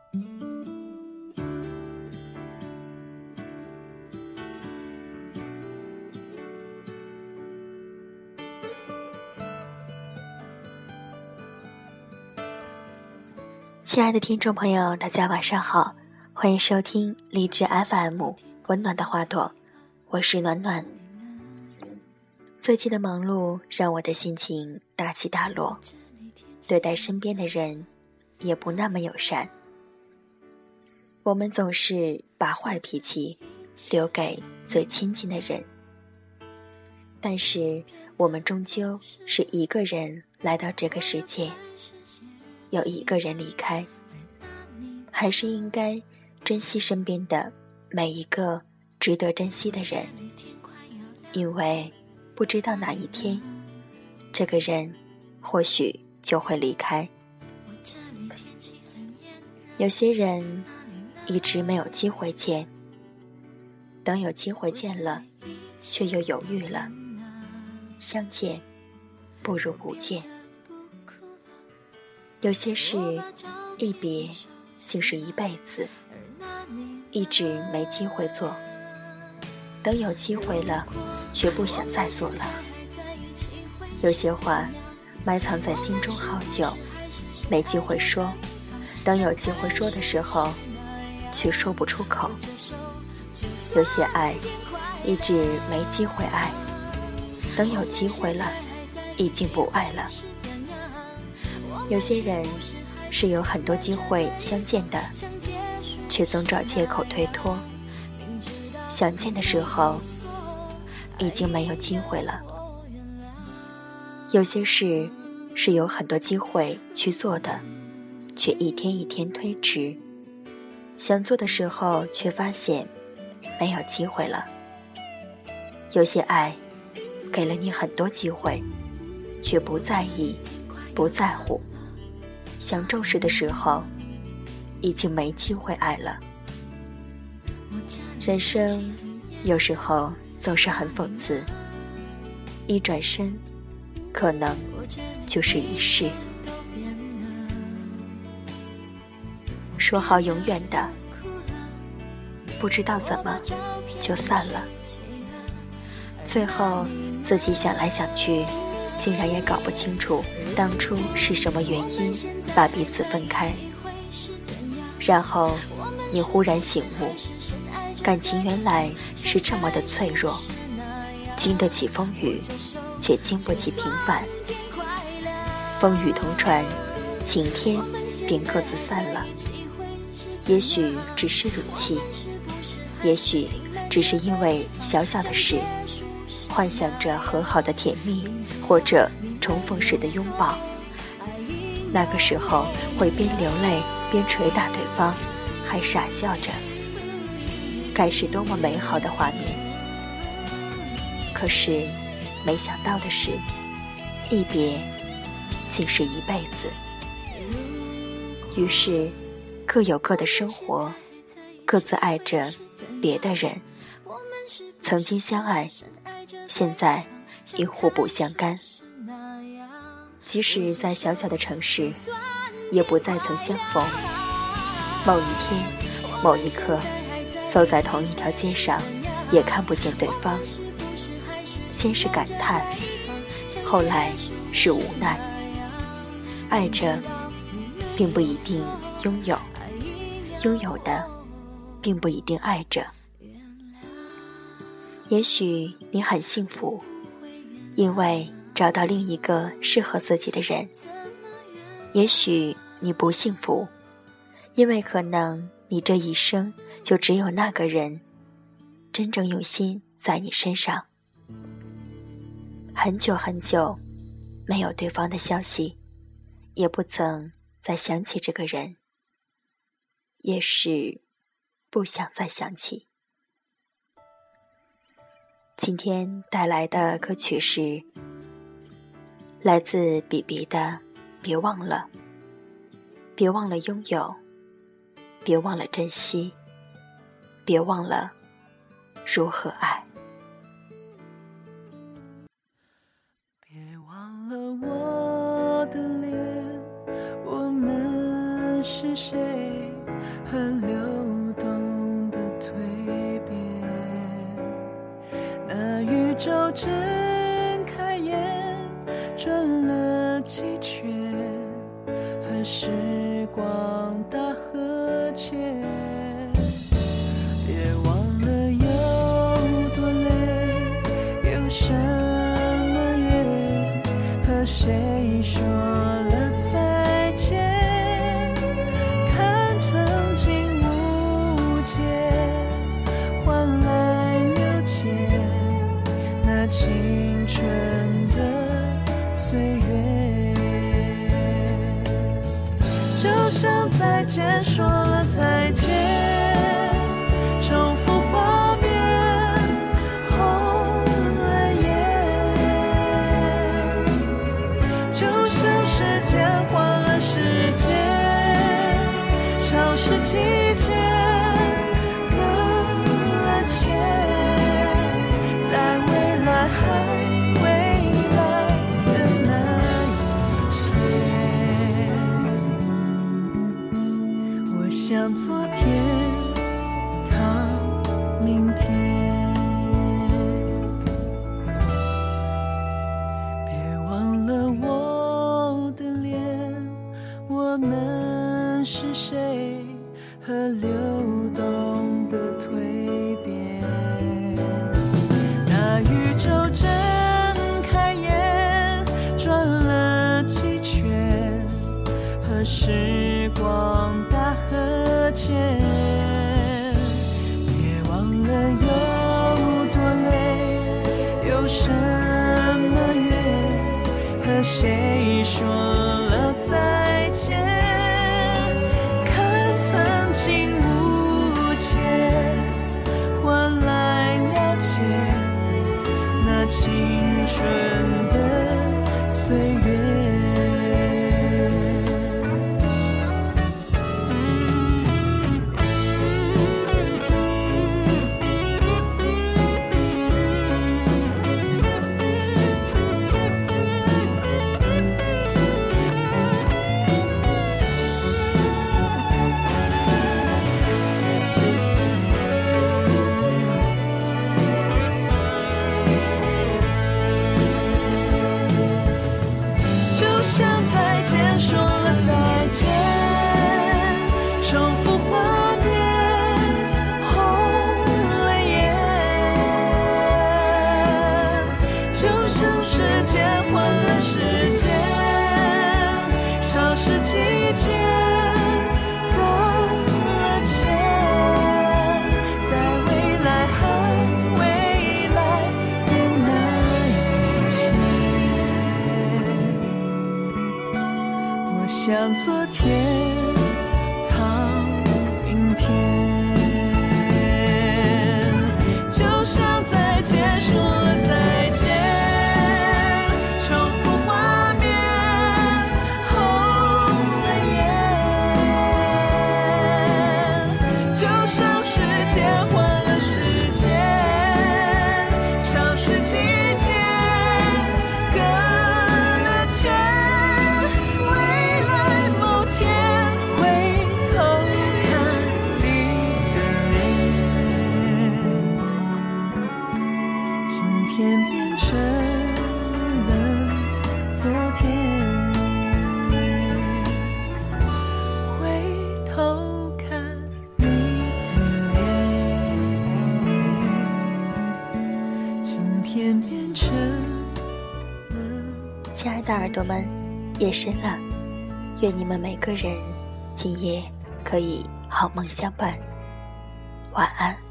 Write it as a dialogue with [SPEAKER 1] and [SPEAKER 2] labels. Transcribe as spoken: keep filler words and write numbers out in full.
[SPEAKER 1] 亲爱的听众朋友，大家晚上好，欢迎收听励志 F M 温暖的花朵，我是暖暖。最近的忙碌让我的心情大起大落，对待身边的人也不那么友善。我们总是把坏脾气留给最亲近的人，但是我们终究是一个人来到这个世界，有一个人离开，还是应该珍惜身边的每一个值得珍惜的人，因为不知道哪一天，这个人或许就会离开。有些人一直没有机会见，等有机会见了，却又犹豫了，相见不如不见。有些事一别竟是一辈子，一直没机会做，等有机会了却不想再做了。有些话埋藏在心中好久，没机会说，等有机会说的时候却说不出口。有些爱一直没机会爱，等有机会了已经不爱了。有些人是有很多机会相见的，却总找借口推脱，想见的时候已经没有机会了。有些事是有很多机会去做的，却一天一天推迟，想做的时候却发现没有机会了。有些爱给了你很多机会，却不在意不在乎，想重视的时候已经没机会爱了。人生有时候总是很讽刺，一转身可能就是一世。说好永远的，不知道怎么就散了，最后自己想来想去，竟然也搞不清楚当初是什么原因把彼此分开。然后你忽然醒悟，感情原来是这么的脆弱，经得起风雨，却经不起平凡。风雨同船，晴天便各自散了。也许只是赌气，也许只是因为小小的事，幻想着和好的甜蜜，或者重逢时的拥抱。那个时候会边流泪边捶打对方，还傻笑着，该是多么美好的画面。可是没想到的是，一别竟是一辈子。于是各有各的生活，各自爱着别的人。曾经相爱，现在已互不相干。即使在小小的城市，也不再曾相逢。某一天某一刻，走在同一条街上，也看不见对方。先是感叹，后来是无奈。爱着并不一定拥有，拥有的并不一定爱着。也许你很幸福，因为找到另一个适合自己的人。也许你不幸福，因为可能你这一生就只有那个人真正用心在你身上。很久很久没有对方的消息，也不曾再想起这个人，也是不想再想起。今天带来的歌曲是来自比比的别忘了，别忘了拥有，别忘了珍惜，别忘了如何爱。
[SPEAKER 2] 别忘了我的脸，我们是谁？ 和流动的蜕变。那宇宙睁开眼，转了几圈，和时光大和解。别忘了有多累，有什么缘，和谁说了再见。看曾经无解，换来了解那青春的岁月。就像再见说了再见，重复画面，红了眼。就像时间换了时间，潮湿季节搁了浅，在未来还未来的那一切。我想昨天逃明天，别忘了我的脸，我们是谁，和流动的蜕变。那宇宙睁开眼，转了几圈，和时光大和解。别忘了有多累，有什么缘，和谁说了再见。看曾经无解，换来了解那青春的岁月。就像再见说了再见，重复画面，红了眼。就像时间换了时间，潮湿季节搁了浅，在未来还未来的那一切。我想昨天逃明天，就像再见说了再见，重复画面，红了眼。就像时间换了时间，潮湿季节搁了浅。天变成了昨天，回头看你的脸。今天变成了。
[SPEAKER 1] 亲爱的耳朵们，夜深了，愿你们每个人今夜可以好梦相伴，晚安。